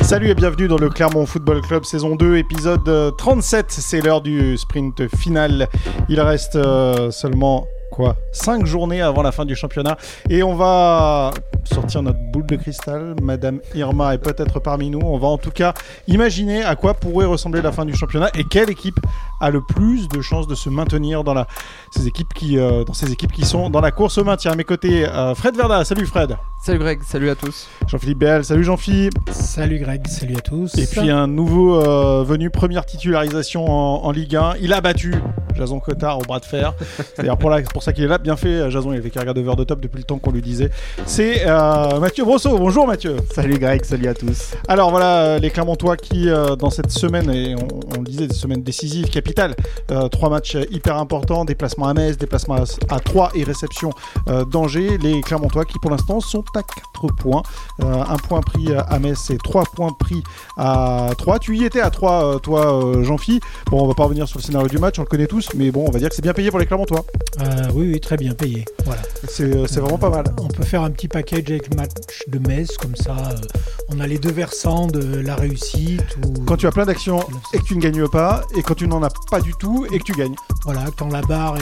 Salut et bienvenue dans le Clermont Football Club saison 2 épisode 37. C'est l'heure du sprint final. Il reste seulement 5 journées avant la fin du championnat et on va sortir notre boule de cristal. Madame Irma est peut-être parmi nous. On va en tout cas imaginer à quoi pourrait ressembler la fin du championnat et quelle équipe a le plus de chances de se maintenir dans ces équipes qui sont dans la course au maintien. À mes côtés, Fred Verda. Salut Fred. Salut Greg, salut à tous. Jean-Philippe Béal, salut Jean-Philippe. Salut Greg, salut à tous. Et puis un nouveau venu, première titularisation en Ligue 1. Il a battu Jason Cotard au bras de fer. C'est-à-dire pour ça qu'il est là. Bien fait, Jason, il avait qu'à regarder Over the Top depuis le temps qu'on lui disait. C'est Mathieu Brosseau. Bonjour Mathieu. Salut Greg, salut à tous. Alors voilà, les Clermontois qui, dans cette semaine, et on le disait, des semaines décisives, capitales, 3 matchs hyper importants, déplacement à Metz, déplacement à Troyes et réception d'Angers. Les Clermontois qui pour l'instant sont à 4 points. 1 point pris à Metz et 3 points pris à Troyes. Tu y étais à Troyes, toi, Jean-Phi. Bon, on va pas revenir sur le scénario du match, on le connaît tous, mais bon, on va dire que c'est bien payé pour les Clermontois. Oui, très bien payé. Voilà. C'est vraiment pas mal. On peut faire un petit package avec le match de Metz, comme ça, on a les deux versants de la réussite. Quand tu as plein d'actions et que tu ne gagnes pas, et quand tu n'en as pas du tout et que tu gagnes. Voilà, quand la barre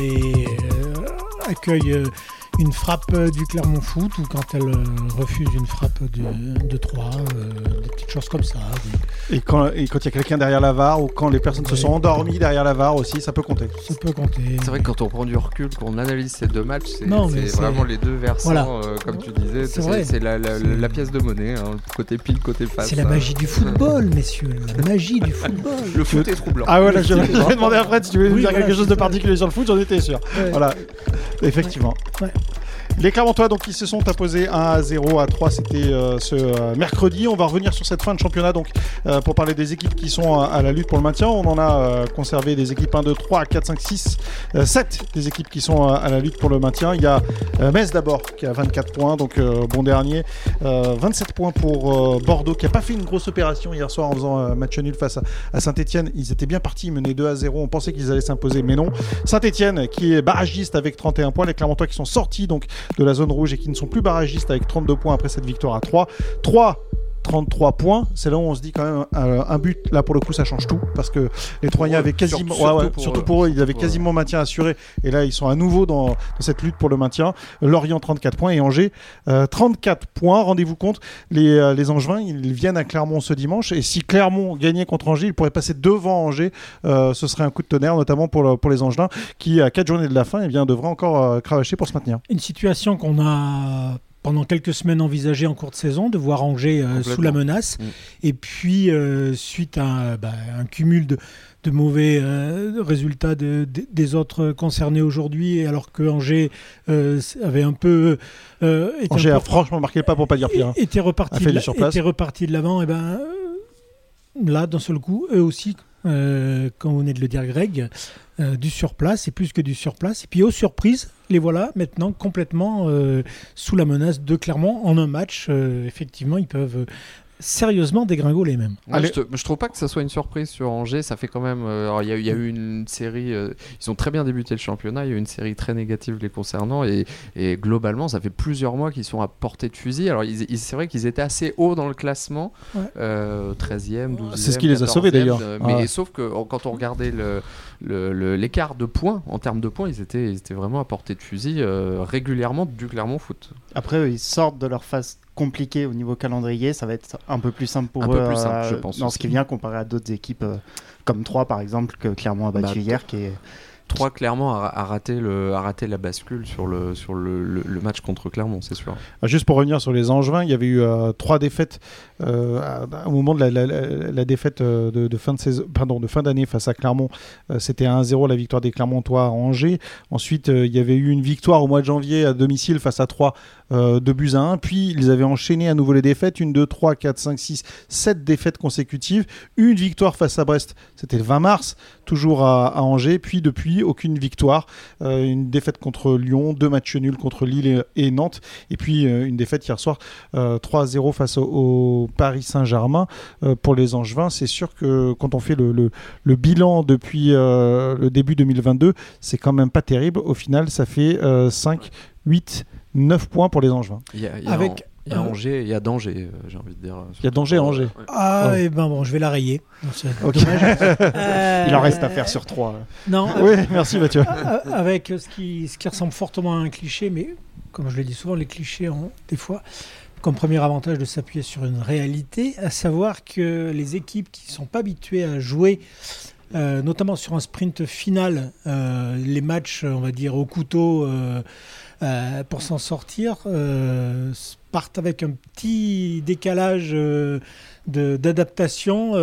accueille une frappe du Clermont Foot ou quand elle refuse une frappe de Troyes, des petites choses comme ça. Et quand il y a quelqu'un derrière la VAR ou quand les personnes se sont endormies derrière la VAR aussi, ça peut compter. Ça peut compter. C'est vrai que quand on prend du recul, qu'on analyse ces deux matchs, c'est vraiment les deux versants, voilà. Comme tu disais, c'est la pièce de monnaie, hein, côté pile, côté face. C'est la magie du football, messieurs, la magie du football. Le foot est troublant. Ah ouais, là, je vais demander à Fred si tu voulais dire quelque chose de particulier sur le foot, j'en étais sûr. Ouais. Voilà, effectivement. Ouais. Les Clermontois donc qui se sont imposés 1-0 à 3, c'était ce mercredi. On va revenir sur cette fin de championnat donc pour parler des équipes qui sont à la lutte pour le maintien. On en a conservé des équipes 1, 2, 3, 4, 5, 6, 7 des équipes qui sont à la lutte pour le maintien. Il y a Metz d'abord qui a 24 points, donc bon dernier. 27 points pour Bordeaux qui n'a pas fait une grosse opération hier soir en faisant match nul face à Saint-Etienne. Ils étaient bien partis, ils menaient 2-0. On pensait qu'ils allaient s'imposer, mais non. Saint-Etienne qui est barragiste avec 31 points. Les Clermontois qui sont sortis donc de la zone rouge et qui ne sont plus barragistes avec 32 points après cette victoire à 3. 33 points, c'est là où on se dit quand même un but, là pour le coup ça change tout parce que les Troyens avaient quasiment surtout pour eux, ils avaient quasiment maintien assuré et là ils sont à nouveau dans cette lutte pour le maintien. Lorient 34 points et Angers 34 points. Rendez-vous compte, les Angevins ils viennent à Clermont ce dimanche et si Clermont gagnait contre Angers, ils pourraient passer devant Angers, ce serait un coup de tonnerre notamment pour les Angevins qui à 4 journées de la fin devraient encore cravacher pour se maintenir. Une situation qu'on a pendant quelques semaines envisagé en cours de saison, de voir Angers sous la menace. Et puis, suite à un cumul de mauvais résultats des autres concernés aujourd'hui, et alors que Angers avait un peu... Angers a franchement marqué le pas pour pas dire pire. Était reparti de l'avant, et là, d'un seul coup, eux aussi, comme vous venez de le dire Greg, du surplace, et plus que du surplace. Et puis aux surprises, les voilà maintenant complètement sous la menace de Clermont en un match. Effectivement, ils peuvent sérieusement dégringoler même. Je trouve pas que ça soit une surprise sur Angers. Ça fait quand même... il y a eu une série... ils ont très bien débuté le championnat. Il y a eu une série très négative les concernant. Et globalement, ça fait plusieurs mois qu'ils sont à portée de fusil. Alors, c'est vrai qu'ils étaient assez hauts dans le classement. 13e, 12e, c'est ce qui les a sauvés d'ailleurs. Mais sauf que quand on regardait l'écart de points, en termes de points, ils étaient vraiment à portée de fusil régulièrement du Clermont Foot. Après, ils sortent de leur phase compliqué au niveau calendrier, ça va être un peu plus simple pour eux je pense dans ce qui vient comparé à d'autres équipes comme Troyes par exemple que Clermont a battu hier qui est... Troyes clairement a raté la bascule sur le match contre Clermont, c'est sûr. Juste pour revenir sur les Angevins, il y avait eu 3 défaites au moment de la défaite de fin de saison, de fin d'année face à Clermont. C'était 1-0 la victoire des Clermontois à Angers. Ensuite, il y avait eu une victoire au mois de janvier à domicile face à Troyes, 2-1. Puis ils avaient enchaîné à nouveau les défaites, 1, 2, 3, 4, 5, 6, 7 défaites consécutives. Une victoire face à Brest, c'était le 20 mars, toujours à Angers. Puis depuis, aucune victoire. Une défaite contre Lyon, 2 matchs nuls contre Lille et Nantes. Et puis une défaite hier soir, 3-0 face au Paris Saint-Germain. Pour les Angevins, c'est sûr que quand on fait le bilan depuis le début 2022, c'est quand même pas terrible. Au final, ça fait 5, 8, 9 points pour les Angevins. Il y a Angers, il y a danger, j'ai envie de dire. Il y a danger à Angers. Ouais. Ah, et ben bon, je vais la rayer. Okay. Il en reste à faire sur 3. Non. Oui, merci Mathieu. Avec ce qui ressemble fortement à un cliché, mais comme je le dis souvent, les clichés ont des fois comme premier avantage de s'appuyer sur une réalité, à savoir que les équipes qui ne sont pas habituées à jouer, notamment sur un sprint final, les matchs, on va dire, au couteau, pour s'en sortir, partent avec un petit décalage d'adaptation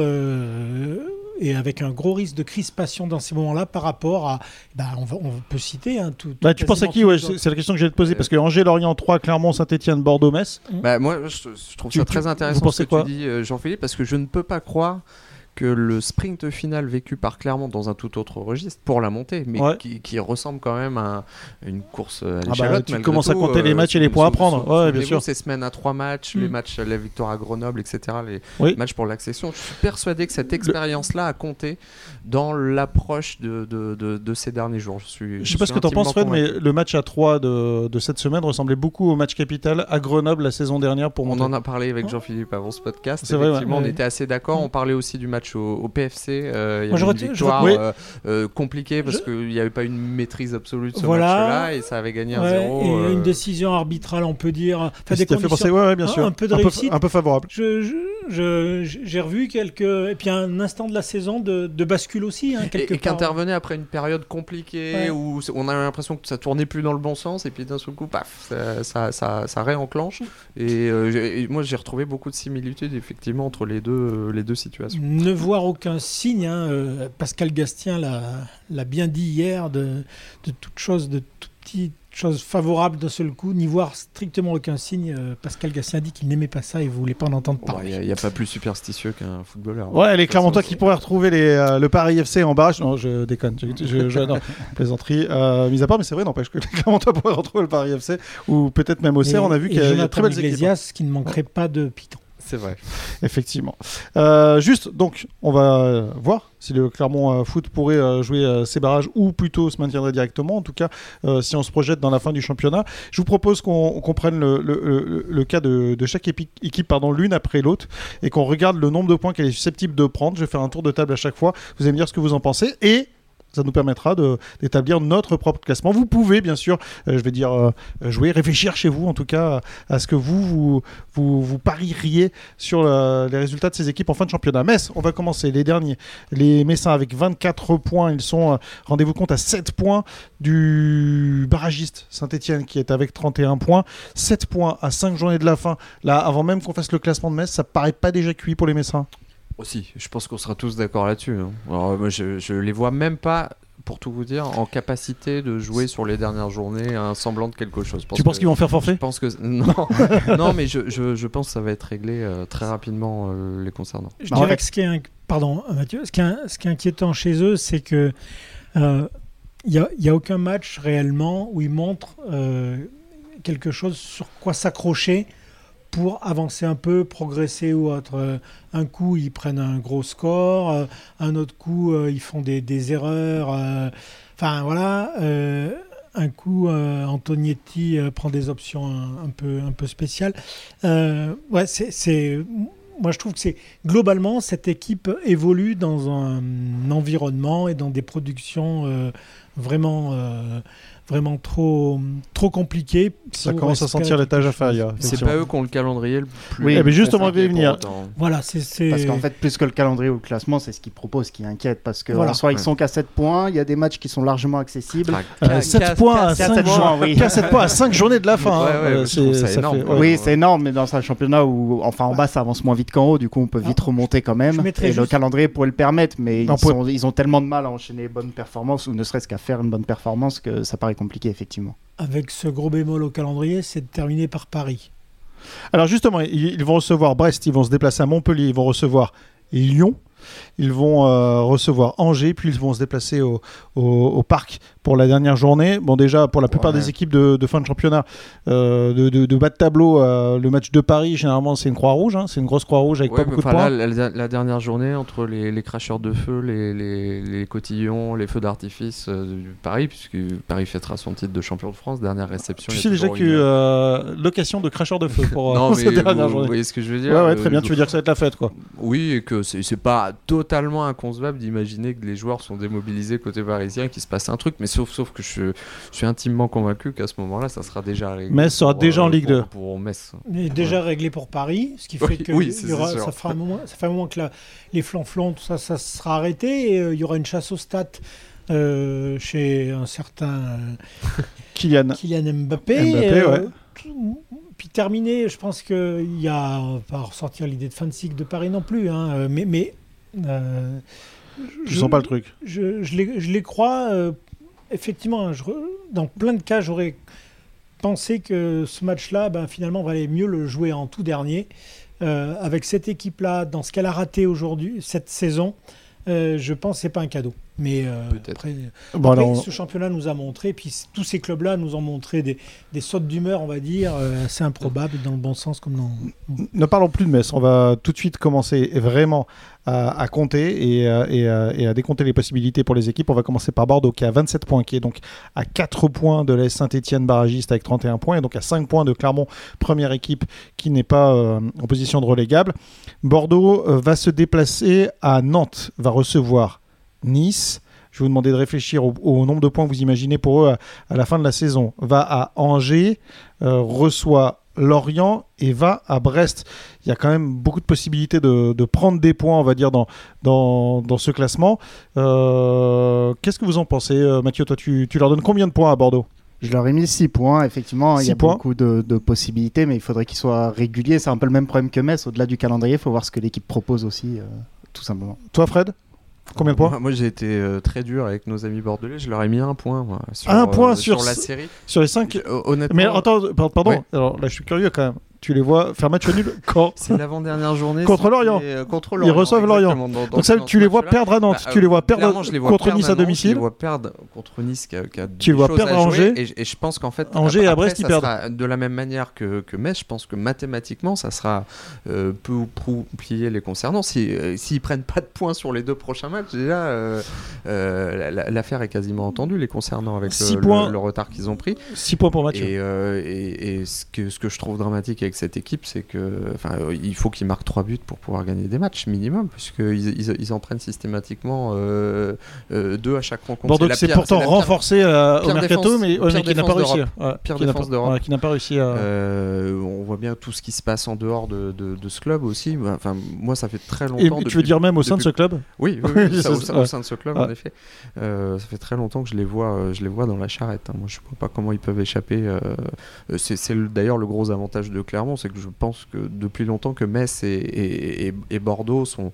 et avec un gros risque de crispation dans ces moments-là par rapport à... on peut citer... tu penses à qui c'est la question que j'allais te poser, parce que Angers, Lorient 3, Clermont, Saint-Etienne, Bordeaux, Metz. Moi, je trouve ça très intéressant ce que tu dis, Jean-Philippe, parce que je ne peux pas croire que le sprint final vécu par Clermont dans un tout autre registre pour la montée, mais qui ressemble quand même à une course à l'échalote. Tu commences à compter les matchs et les points à prendre. Ouais, bien sûr. Ces semaines à 3 matchs, les matchs, la victoire à Grenoble, etc., les matchs pour l'accession. Je suis persuadé que cette expérience-là a compté dans l'approche de ces derniers jours. Je sais pas ce que tu en penses, Fred, mais le match à 3 de cette semaine ressemblait beaucoup au match capital à Grenoble la saison dernière. On en a parlé avec Jean-Philippe avant ce podcast. C'est vrai, on était assez d'accord. On parlait aussi du match au PFC, il y avait une victoire compliquée parce qu'il n'y avait pas une maîtrise absolue de ce match-là et ça avait gagné 1-0. Et une décision arbitrale, on peut dire, des conditions bien sûr. Un peu de réussite. Un peu favorable. J'ai revu et puis un instant de la saison de bascule aussi. Et qui intervenait après une période compliquée où on a l'impression que ça tournait plus dans le bon sens et puis d'un seul coup, paf, ça réenclenche. Et moi, j'ai retrouvé beaucoup de similitudes effectivement entre les deux situations. Ne voir aucun signe, Pascal Gastien l'a bien dit hier, de toute petite chose favorable d'un seul coup, n'y voir strictement aucun signe. Pascal Gastien a dit qu'il n'aimait pas ça et ne voulait pas en entendre parler. Il n'y a pas plus superstitieux qu'un footballeur. Ouais, les Clermontois qui pourraient retrouver le Paris FC en barrage. Non, je déconne, non, plaisanterie. Mis à part, mais c'est vrai, n'empêche que les Clermontois pourraient retrouver le Paris FC ou peut-être même Auxerre. On a vu qu'il y a très belles équipes. Iglesias qui ne manquerait pas de piton. C'est vrai. Effectivement. Juste, donc, on va voir si le Clermont Foot pourrait jouer ces barrages ou plutôt se maintiendrait directement. En tout cas, si on se projette dans la fin du championnat. Je vous propose qu'on prenne le cas de chaque équipe l'une après l'autre et qu'on regarde le nombre de points qu'elle est susceptible de prendre. Je vais faire un tour de table à chaque fois. Vous allez me dire ce que vous en pensez et ça nous permettra d'établir notre propre classement. Vous pouvez, bien sûr, jouer, réfléchir chez vous, en tout cas, à ce que vous parieriez sur les résultats de ces équipes en fin de championnat. Metz, on va commencer. Les derniers, les Messins avec 24 points. Ils sont, rendez-vous compte, à 7 points du barragiste Saint-Etienne qui est avec 31 points. 7 points à 5 journées de la fin. Là, avant même qu'on fasse le classement de Metz, ça paraît pas déjà cuit pour les Messins. Aussi, je pense qu'on sera tous d'accord là-dessus. Alors, moi, je les vois même pas, pour tout vous dire, en capacité de jouer sur les dernières journées un semblant de quelque chose. Tu penses qu'ils vont faire forfait ? Je pense que non, mais je pense que ça va être réglé très rapidement les concernant. Je dirais que ce qui est inquiétant chez eux, c'est que y a aucun match réellement où ils montrent quelque chose sur quoi s'accrocher pour avancer un peu, progresser ou autre. Un coup, ils prennent un gros score, un autre coup, ils font des erreurs. Enfin, voilà. Un coup, Antonietti prend des options un peu spéciales. Moi, je trouve que globalement, cette équipe évolue dans un environnement et dans des productions vraiment trop compliqué. Ça commence à sentir l'étage à faire. C'est pas eux qui ont le calendrier le plus. Oui, mais justement, on va y venir. Voilà, c'est... Parce qu'en fait, plus que le calendrier ou le classement, c'est ce qu'ils proposent qui inquiète. Parce que en soi, ils sont qu'à 7 points. Il y a des matchs qui sont largement accessibles. 7 points à 5 journées de la fin. C'est énorme. Oui, c'est énorme, mais dans un championnat où, enfin, en bas, ça avance moins vite qu'en haut. Du coup, on peut vite remonter quand même. Et le calendrier pourrait le permettre. Mais ils ont tellement de mal à enchaîner les bonnes performances ou ne serait-ce qu'à faire une bonne performance que ça paraît compliqué, effectivement. Avec ce gros bémol au calendrier, c'est de terminer par Paris. Alors justement, ils vont recevoir Brest, ils vont se déplacer à Montpellier, ils vont recevoir Lyon. Ils vont recevoir Angers, puis ils vont se déplacer au Parc pour la dernière journée. Bon, déjà, pour la plupart des équipes de fin de championnat, de bas de tableau, le match de Paris, généralement, c'est une croix rouge. Hein, c'est une grosse croix rouge avec pas beaucoup de points. Là, la dernière journée, entre les cracheurs de feu, les cotillons, les feux d'artifice du Paris, puisque Paris fêtera son titre de champion de France, dernière réception. Tu sais déjà qu'il y a eu location de cracheurs de feu pour cette dernière journée. Vous voyez ce que je veux dire? Ouais, très bien. Tu veux dire que ça va être la fête, quoi. Oui, et que c'est pas totalement inconcevable d'imaginer que les joueurs sont démobilisés côté parisien, qu'il se passe un truc, mais sauf que je suis intimement convaincu qu'à ce moment-là, ça sera déjà réglé. Metz sera déjà en Ligue 2. Pour Metz. Mais déjà réglé pour Paris, ce qui fait que ça fait un moment que les flancs, tout ça sera arrêté, et il y aura une chasse aux stats chez un certain Kylian Mbappé. Puis terminé, je pense qu'il y a, on va pas ressortir l'idée de fin de cycle de Paris non plus, hein, mais je sens pas le truc. Je les crois. Effectivement, dans plein de cas, j'aurais pensé que ce match-là, finalement, valait mieux le jouer en tout dernier. Avec cette équipe-là, dans ce qu'elle a raté aujourd'hui, cette saison, je pense que c'est pas un cadeau. Mais après, ce championnat nous a montré, puis tous ces clubs-là nous ont montré des sautes d'humeur, on va dire, assez improbables, dans le bon sens comme dans... Ne parlons plus de Metz, on va tout de suite commencer vraiment à compter et à décompter les possibilités pour les équipes. On va commencer par Bordeaux qui a 27 points, qui est donc à 4 points de l'AS Saint-Etienne barragiste avec 31 points, et donc à 5 points de Clermont, première équipe qui n'est pas en position de relégable. Bordeaux va se déplacer à Nantes, va recevoir Nice. Je vais vous demander de réfléchir au nombre de points que vous imaginez pour eux à la fin de la saison. Va à Angers, reçoit Lorient et va à Brest. Il y a quand même beaucoup de possibilités de prendre des points, on va dire, dans ce classement. Qu'est-ce que vous en pensez, Mathieu? Toi, tu leur donnes combien de points à Bordeaux? Je leur ai mis 6 points, effectivement, il y a beaucoup de possibilités, mais il faudrait qu'ils soient réguliers. C'est un peu le même problème que Metz. Au-delà du calendrier, il faut voir ce que l'équipe propose aussi, tout simplement. Toi, Fred? Combien de points? Moi, j'ai été très dur avec nos amis bordelais. Je leur ai mis 1 point. Moi, sur la série. Sur les 5. Honnêtement. Mais attends, pardon. Ouais. Alors là, je suis curieux quand même. Tu les vois faire match nul quand? C'est l'avant-dernière journée. Contre Lorient. Ils reçoivent Lorient. Donc ça, tu les vois perdre à Nantes. Tu les vois perdre contre Nice à domicile. Tu les vois perdre contre Nice qui a tu les vois perdre à Angers. Et je pense qu'en fait, Angers et à Brest, ils perdent. De la même manière que Metz, je pense que mathématiquement, ça sera peu ou prou plié les concernant. S'ils prennent pas de points sur les 2 prochains matchs, déjà, l'affaire est quasiment entendue les concernant avec le retard qu'ils ont pris. 6 points pour Mathieu. Et ce que je trouve dramatique avec cette équipe, c'est que il faut qu'ils marquent 3 buts pour pouvoir gagner des matchs minimum, puisqu'ils en prennent systématiquement 2 à chaque rencontre. Bordeaux c'est pourtant renforcé au mercato, mais qui n'a pas réussi. Pire défense d'Europe. Qui n'a pas réussi à... on voit bien tout ce qui se passe en dehors de ce club aussi. Enfin, moi, ça fait très longtemps. Et tu veux dire même au sein de ce club? Oui, au sein de ce club, en effet. Ça fait très longtemps que je les vois dans la charrette. Moi, je ne vois pas comment ils peuvent échapper. C'est d'ailleurs le gros avantage de Clermont, c'est que je pense que depuis longtemps que Metz et Bordeaux sont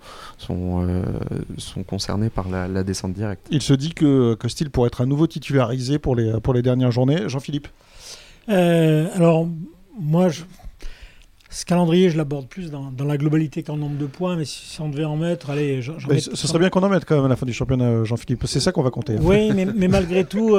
concernés par la descente directe. Il se dit que Costil pourrait être à nouveau titularisé pour les dernières journées. Jean-Philippe? Alors, moi, ce calendrier, je l'aborde plus dans la globalité qu'en nombre de points, mais si on devait en mettre, allez... ce serait bien qu'on en mette quand même à la fin du championnat, Jean-Philippe. C'est ça qu'on va compter. Oui, mais malgré tout...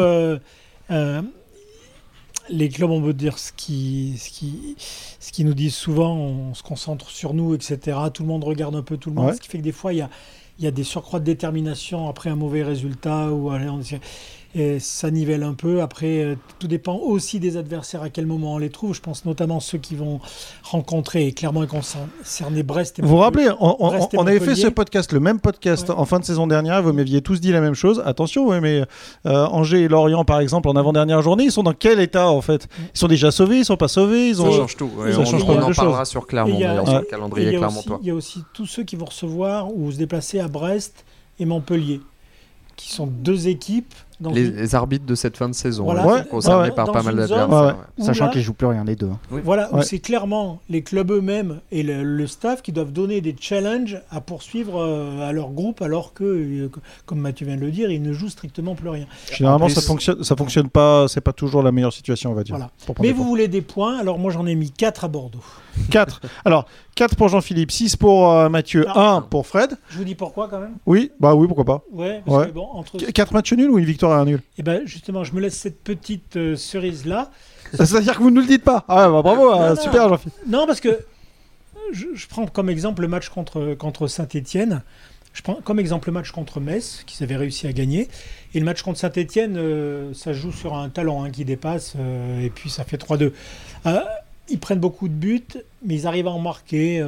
les clubs, on veut dire ce qui nous disent souvent, on se concentre sur nous, etc. Tout le monde regarde un peu tout le monde, ce qui fait que des fois, il y a des surcroît de détermination après un mauvais résultat, ou et ça nivelle un peu. Après, tout dépend aussi des adversaires, à quel moment on les trouve. Je pense notamment ceux qui vont rencontrer, et clairement concerner Brest et Montpellier. Vous vous rappelez, on avait fait ce podcast, le même podcast en fin de saison dernière, vous m'aviez tous dit la même chose. Attention, mais Angers et Lorient, par exemple, en avant-dernière journée, ils sont dans quel état en fait? Ils sont déjà sauvés, ils sont pas sauvés? Ça change tout. On en parlera sur Clermont, d'ailleurs, sur le calendrier clermontois. Il y a aussi tous ceux qui vont recevoir ou se déplacer à Brest et Montpellier, qui sont 2 équipes les arbitres de cette fin de saison. Voilà, concernés par pas mal d'adversaires. Sachant qu'ils ne jouent plus rien les deux. Oui. Voilà, où c'est clairement les clubs eux-mêmes et le staff qui doivent donner des challenges à poursuivre à leur groupe, alors que, comme Mathieu vient de le dire, ils ne jouent strictement plus rien. Généralement, ça fonctionne pas, c'est pas toujours la meilleure situation, on va dire. Voilà. Mais vous voulez des points, alors moi j'en ai mis 4 à Bordeaux. 4. Alors, 4 pour Jean-Philippe, 6 pour Mathieu, 1 pour Fred. Je vous dis pourquoi quand même. Oui, pourquoi pas. Ouais, parce que bon, entre 4 matchs nuls ou une victoire et un nul? Et ben justement, je me laisse cette petite cerise-là. C'est-à-dire que vous ne nous le dites pas. Ah bah bravo, super Jean-Philippe. Non, parce que je prends comme exemple le match contre Saint-Étienne. Je prends comme exemple le match contre Metz, qu'ils avaient réussi à gagner. Et le match contre Saint-Étienne, ça joue sur un talent qui dépasse, et puis ça fait 3-2. Ils prennent beaucoup de buts, mais ils arrivent à en marquer.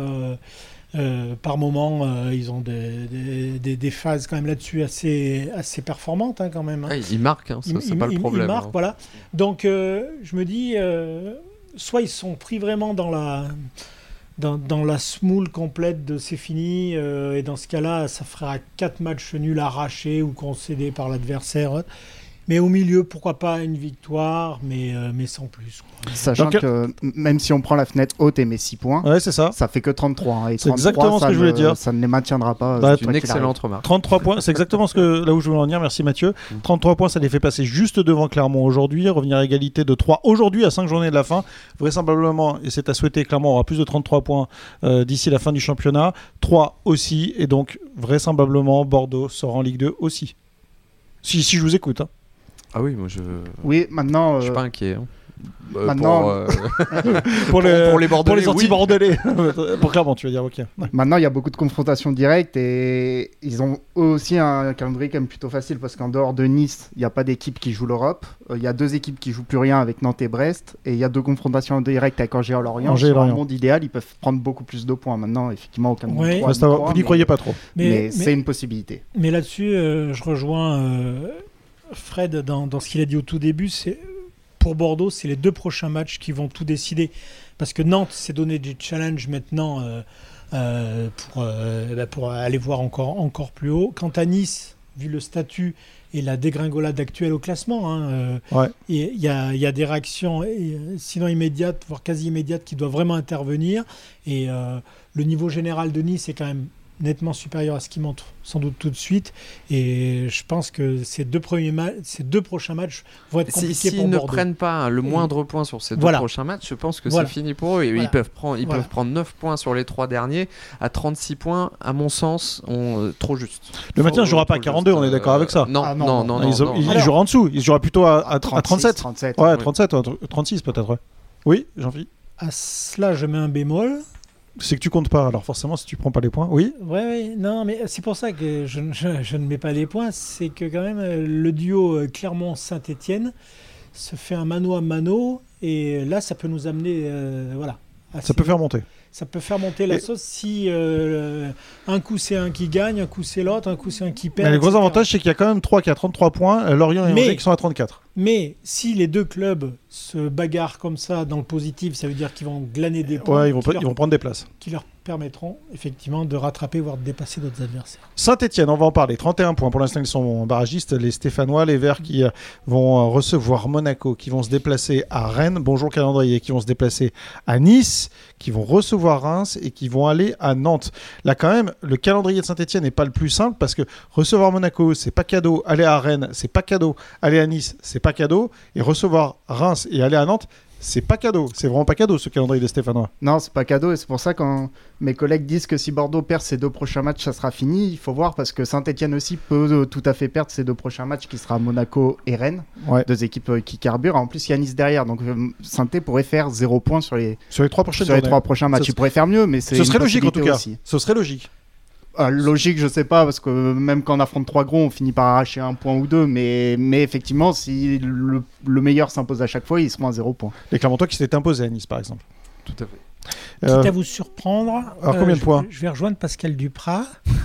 Par moment, ils ont des phases quand même là-dessus assez performantes quand même. Ouais, ils marquent, c'est pas le problème. Ils marquent, voilà. Donc je me dis, soit ils sont pris vraiment dans la smoule complète de c'est fini, et dans ce cas-là, ça fera 4 matchs nuls arrachés ou concédés par l'adversaire. Mais au milieu, pourquoi pas une victoire, mais sans plus. Sachant que même si on prend la fenêtre haute et met 6 points, c'est ça fait que 33. Et c'est 33, exactement ce que je voulais dire. Ça ne les maintiendra pas. C'est une excellente remarque. 33 points, c'est exactement là où je voulais en venir. Merci Mathieu. 33 points, ça les fait passer juste devant Clermont aujourd'hui. Revenir à égalité de 3 aujourd'hui à 5 journées de la fin. Vraisemblablement, et c'est à souhaiter, Clermont aura plus de 33 points d'ici la fin du championnat. 3 aussi, et donc vraisemblablement, Bordeaux sort en Ligue 2 aussi. Si je vous écoute. Ah oui, moi Oui, maintenant. Je suis pas inquiet. Maintenant, pour les Bordelais, pour les anti-bordelais, pour Clermont, tu veux dire, ok. Ouais. Maintenant, il y a beaucoup de confrontations directes et ils ont eux aussi un calendrier quand même plutôt facile parce qu'en dehors de Nice, il n'y a pas d'équipe qui joue l'Europe. Il y a 2 équipes qui jouent plus rien avec Nantes et Brest et il y a 2 confrontations directes avec Angers et Lorient. Sur un monde idéal, ils peuvent prendre beaucoup plus de points. Maintenant, effectivement, aucun ouais. Vous n'y croyez pas trop. Mais c'est une possibilité. Mais là-dessus, je rejoins Fred dans ce qu'il a dit au tout début. Pour Bordeaux, c'est les 2 prochains matchs qui vont tout décider. Parce que Nantes s'est donné des challenges maintenant pour aller voir encore plus haut. Quant à Nice, vu le statut et la dégringolade actuelle au classement, il y a des réactions sinon immédiates, voire quasi immédiates, qui doivent vraiment intervenir. Et le niveau général de Nice est quand même nettement supérieur à ce qu'il montre sans doute tout de suite, et je pense que ces 2 prochains matchs vont être compliqués pour Bordeaux. S'ils ne prennent pas le moindre point sur ces 2 prochains matchs, je pense que c'est fini pour eux. Ils peuvent prendre 9 points sur les 3 derniers, à 36 points, à mon sens, trop juste. Le maintien ne jouera pas à 42, on est d'accord avec ça? Non. Ils joueront en dessous, ils jouera plutôt à 37. 37. Ouais, 37, 36 peut-être. Ouais. Oui, Jean-Philippe? À cela, je mets un bémol. C'est que tu comptes pas, alors forcément si tu prends pas les points, oui. Oui, non, mais c'est pour ça que je ne mets pas les points, c'est que quand même le duo Clermont-Saint-Étienne se fait un mano à mano, et là ça peut nous amener, ça peut faire monter. Ça peut faire monter la sauce si un coup c'est un qui gagne, un coup c'est l'autre, un coup c'est un qui perd. Mais le gros avantage, c'est qu'il y a quand même 3 qui a 33 points, Lorient et Angers qui sont à 34. Mais si les 2 clubs se bagarrent comme ça dans le positif, ça veut dire qu'ils vont glaner des points. Ouais, ils vont prendre des places. Qui leur permettront effectivement de rattraper, voire de dépasser d'autres adversaires. Saint-Étienne, on va en parler. 31 points. Pour l'instant, ils sont barragistes. Les Stéphanois, les Verts qui vont recevoir Monaco, qui vont se déplacer à Rennes. Bonjour calendrier, qui vont se déplacer à Nice, qui vont recevoir Reims et qui vont aller à Nantes. Là, quand même, le calendrier de Saint-Étienne n'est pas le plus simple parce que recevoir Monaco, c'est pas cadeau. Aller à Rennes, c'est pas cadeau. Aller à Nice, c'est pas cadeau. Et recevoir Reims et aller à Nantes, c'est pas cadeau. C'est vraiment pas cadeau, ce calendrier des Stéphanois. Non, c'est pas cadeau. Et c'est pour ça quand mes collègues disent que si Bordeaux perd ses 2 prochains matchs, ça sera fini. Il faut voir parce que Saint-Etienne aussi peut tout à fait perdre ses 2 prochains matchs qui sera Monaco et Rennes. Ouais. 2 équipes qui carburent. En plus, il y a Nice derrière. Donc Saint-Etienne pourrait faire 0 points sur les 3 prochains matchs. Il pourrait faire mieux, mais ce serait logique en tout cas. Aussi. Ce serait logique. Logique, je sais pas, parce que même quand on affronte 3 gros, on finit par arracher 1 point ou 2, mais effectivement, si le meilleur s'impose à chaque fois, ils seront à 0 points. Les Clermontois qui s'étaient imposés à Nice, par exemple. Tout à fait. Quitte à vous surprendre, alors combien de points? Je vais rejoindre Pascal Duprat.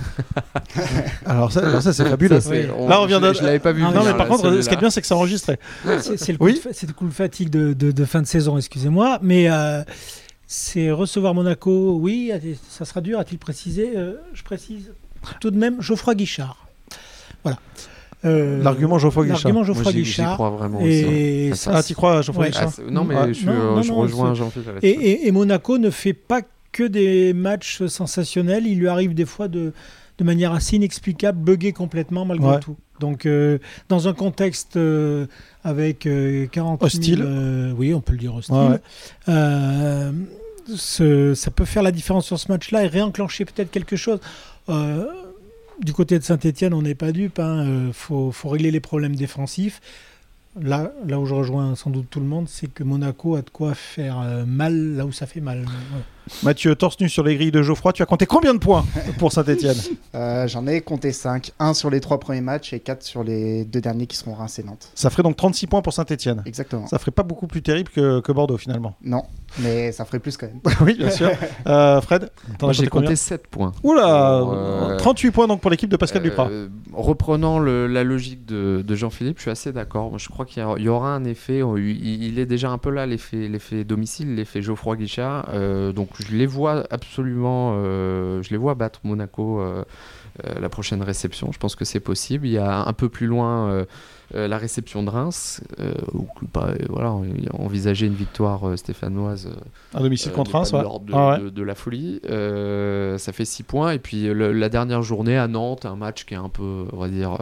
alors ça c'est fabuleux. Là, on vient de... Je l'avais pas vu. Non, mais par contre, ce qui est bien, c'est que c'est enregistré. C'est le coup de fatigue de fin de saison, excusez-moi, mais... c'est recevoir Monaco, oui, ça sera dur, a-t-il précisé? Je précise tout de même Geoffroy Guichard. Voilà. L'argument Geoffroy Guichard. J'y crois vraiment aussi. Tu crois à Geoffroy Guichard? Non, mais je rejoins Jean-Philippe. Et Monaco ne fait pas que des matchs sensationnels. Il lui arrive des fois de manière assez inexplicable, bugger complètement malgré tout. Donc, dans un contexte avec 40 000... Hostile. Oui, on peut le dire hostile. Ça peut faire la différence sur ce match-là et réenclencher peut-être quelque chose. Du côté de Saint-Etienne, on n'est pas dupe. Faut régler les problèmes défensifs. Là où je rejoins sans doute tout le monde, c'est que Monaco a de quoi faire mal là où ça fait mal. Ouais. Mathieu, torse nu sur les grilles de Geoffroy, tu as compté combien de points pour Saint-Etienne? J'en ai compté 5. 1 sur les 3 premiers matchs et 4 sur les 2 derniers qui seront Reims et Nantes. Ça ferait donc 36 points pour Saint-Etienne. Exactement. Ça ferait pas beaucoup plus terrible que Bordeaux finalement. Non, mais ça ferait plus quand même. Oui, bien sûr. Fred, j'ai compté 7 points. Oula, 38 points donc pour l'équipe de Pascal Duprat. Reprenant la logique de Jean-Philippe, je suis assez d'accord. Moi, je crois qu'il y aura un effet. Il est déjà un peu là, l'effet domicile, l'effet Geoffroy Guichard. Donc je les vois absolument, je les vois battre Monaco la prochaine réception. Je pense que c'est possible. Il y a un peu plus loin la réception de Reims, envisager une victoire stéphanoise à domicile contre Reims, de la folie. Ça fait 6 points. Et puis la dernière journée à Nantes, un match qui est un peu, on va dire...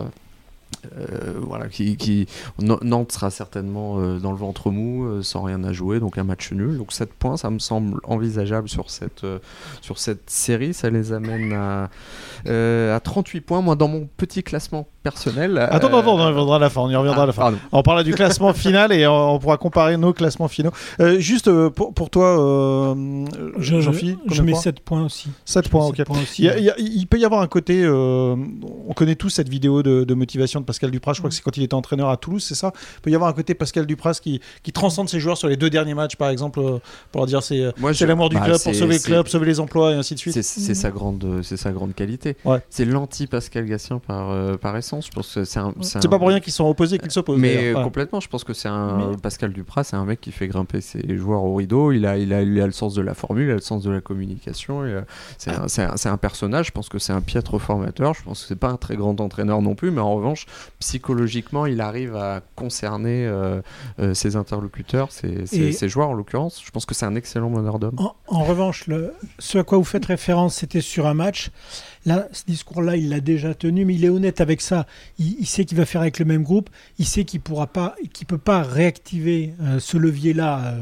Nantes sera certainement dans le ventre mou, sans rien à jouer, donc un match nul. Donc 7 points, ça me semble envisageable sur cette série. Ça les amène à 38 points. Moi, dans mon petit classement personnel... Attends, on y reviendra à la fin. On parlera du classement final et on pourra comparer nos classements finaux. Juste pour toi, Jean-Philippe, je mets 7 points aussi. 7 points, ok. Il peut y avoir un côté... on connaît tous cette vidéo de motivation de Pascal Duprat, je crois que c'est quand il était entraîneur à Toulouse, c'est ça. Il peut y avoir un côté Pascal Duprat qui transcende ses joueurs sur les 2 derniers matchs, par exemple, pour leur dire c'est l'amour du club, pour sauver le club, sauver les emplois et ainsi de suite. C'est sa grande qualité. Ouais. C'est l'anti-Pascal Gassien par essence. Je pense que c'est pas pour rien qu'ils sont opposés qu'ils s'opposent. Mais complètement, je pense que Pascal Duprat, c'est un mec qui fait grimper ses joueurs au rideau. Il a le sens de la formule, il a le sens de la communication. C'est un personnage. Je pense que c'est un piètre formateur. Je pense que c'est pas un très grand entraîneur non plus, mais en revanche, psychologiquement, il arrive à concerner ses interlocuteurs, ses joueurs en l'occurrence. Je pense que c'est un excellent meneur d'hommes. En revanche, ce à quoi vous faites référence, c'était sur un match. Là, ce discours-là, il l'a déjà tenu, mais il est honnête avec ça. Il sait qu'il va faire avec le même groupe. Il sait qu'il peut pas réactiver ce levier-là.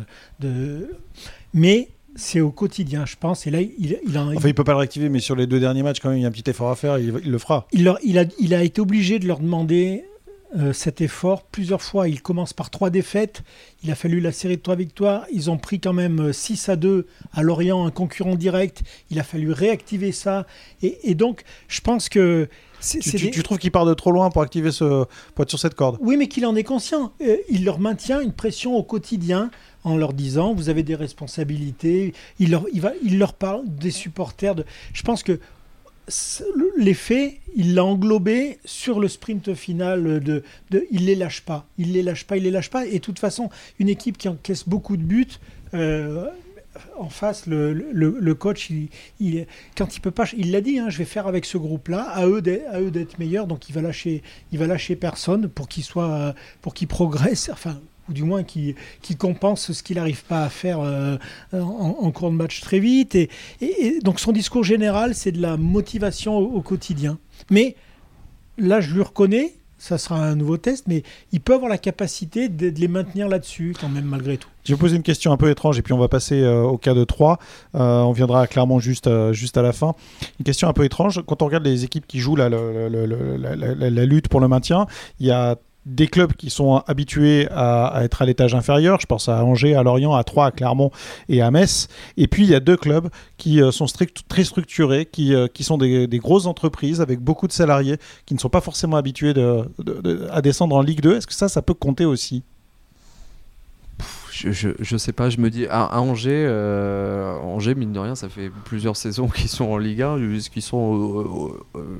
Mais c'est au quotidien, je pense. Et là, il peut pas le réactiver, mais sur les 2 derniers matchs, quand même, il y a un petit effort à faire. Il le fera. Il a été obligé de leur demander cet effort plusieurs fois. Il commence par 3 défaites. Il a fallu la série de 3 victoires. Ils ont pris quand même 6-2 à Lorient, un concurrent direct. Il a fallu réactiver ça. Et donc, je pense que... Tu trouves qu'il part de trop loin pour être sur cette corde? Oui, mais qu'il en est conscient. Il leur maintient une pression au quotidien en leur disant vous avez des responsabilités. Il leur parle des supporters. Je pense que l'effet, il l'a englobé sur le sprint final il les lâche pas. Il les lâche pas. Et de toute façon, une équipe qui encaisse beaucoup de buts... en face, le coach, quand il peut pas, il l'a dit, je vais faire avec ce groupe-là, à eux d'être meilleurs, donc il va lâcher personne pour qu'il progresse, enfin, ou du moins qu'il compense ce qu'il n'arrive pas à faire en cours de match très vite. Et donc son discours général, c'est de la motivation au quotidien. Mais là, je lui reconnais. Ça sera un nouveau test, mais il peut avoir la capacité de les maintenir là-dessus, quand même, malgré tout. Je vais poser une question un peu étrange, et puis on va passer au cas de 3. On viendra clairement juste à la fin. Une question un peu étrange. Quand on regarde les équipes qui jouent la lutte pour le maintien, il y a des clubs qui sont habitués à être à l'étage inférieur. Je pense à Angers, à Lorient, à Troyes, à Clermont et à Metz. Et puis, il y a 2 clubs qui sont très structurés, qui sont des grosses entreprises avec beaucoup de salariés, qui ne sont pas forcément habitués à descendre en Ligue 2. Est-ce que ça peut compter aussi ? Je sais pas, je me dis à Angers, mine de rien, ça fait plusieurs saisons qu'ils sont en Ligue 1, qu'ils sont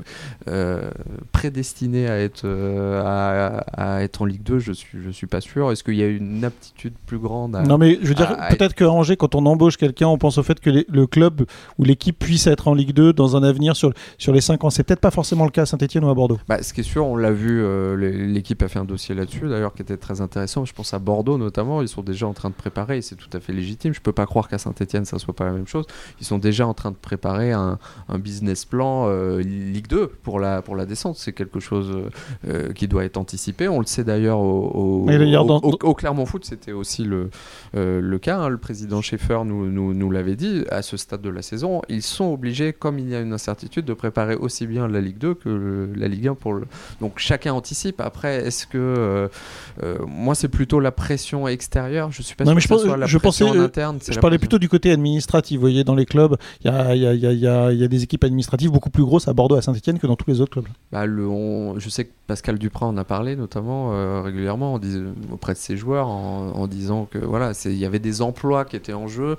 prédestinés à être en Ligue 2, je suis pas sûr. Est-ce qu'il y a une aptitude plus grande Non, mais je veux dire, peut-être que Angers, quand on embauche quelqu'un, on pense au fait que le club ou l'équipe puisse être en Ligue 2 dans un avenir sur les 5 ans. C'est peut-être pas forcément le cas à Saint-Etienne ou à Bordeaux. Ce qui est sûr, on l'a vu, l'équipe a fait un dossier là-dessus, d'ailleurs, qui était très intéressant. Je pense à Bordeaux notamment, ils sont déjà en train de préparer, et c'est tout à fait légitime. Je peux pas croire qu'à Saint-Etienne, ça soit pas la même chose. Ils sont déjà en train de préparer un business plan Ligue 2 pour la descente. C'est quelque chose qui doit être anticipé. On le sait d'ailleurs au Clermont Foot, c'était aussi le cas. Hein. Le président Schaeffer nous l'avait dit. À ce stade de la saison, ils sont obligés, comme il y a une incertitude, de préparer aussi bien la Ligue 2 que la Ligue 1 donc chacun anticipe. Après, est-ce que moi c'est plutôt la pression extérieure, je suis pas sûr que ce soit la pression en interne. Je parlais plutôt du côté administratif. Vous voyez, dans les clubs, il y a des équipes administratives beaucoup plus grosses à Bordeaux, à Saint-Etienne que dans tous les autres clubs. Je sais que Pascal Duprat en a parlé notamment régulièrement auprès de ses joueurs en disant que voilà, il y avait des emplois qui étaient en jeu.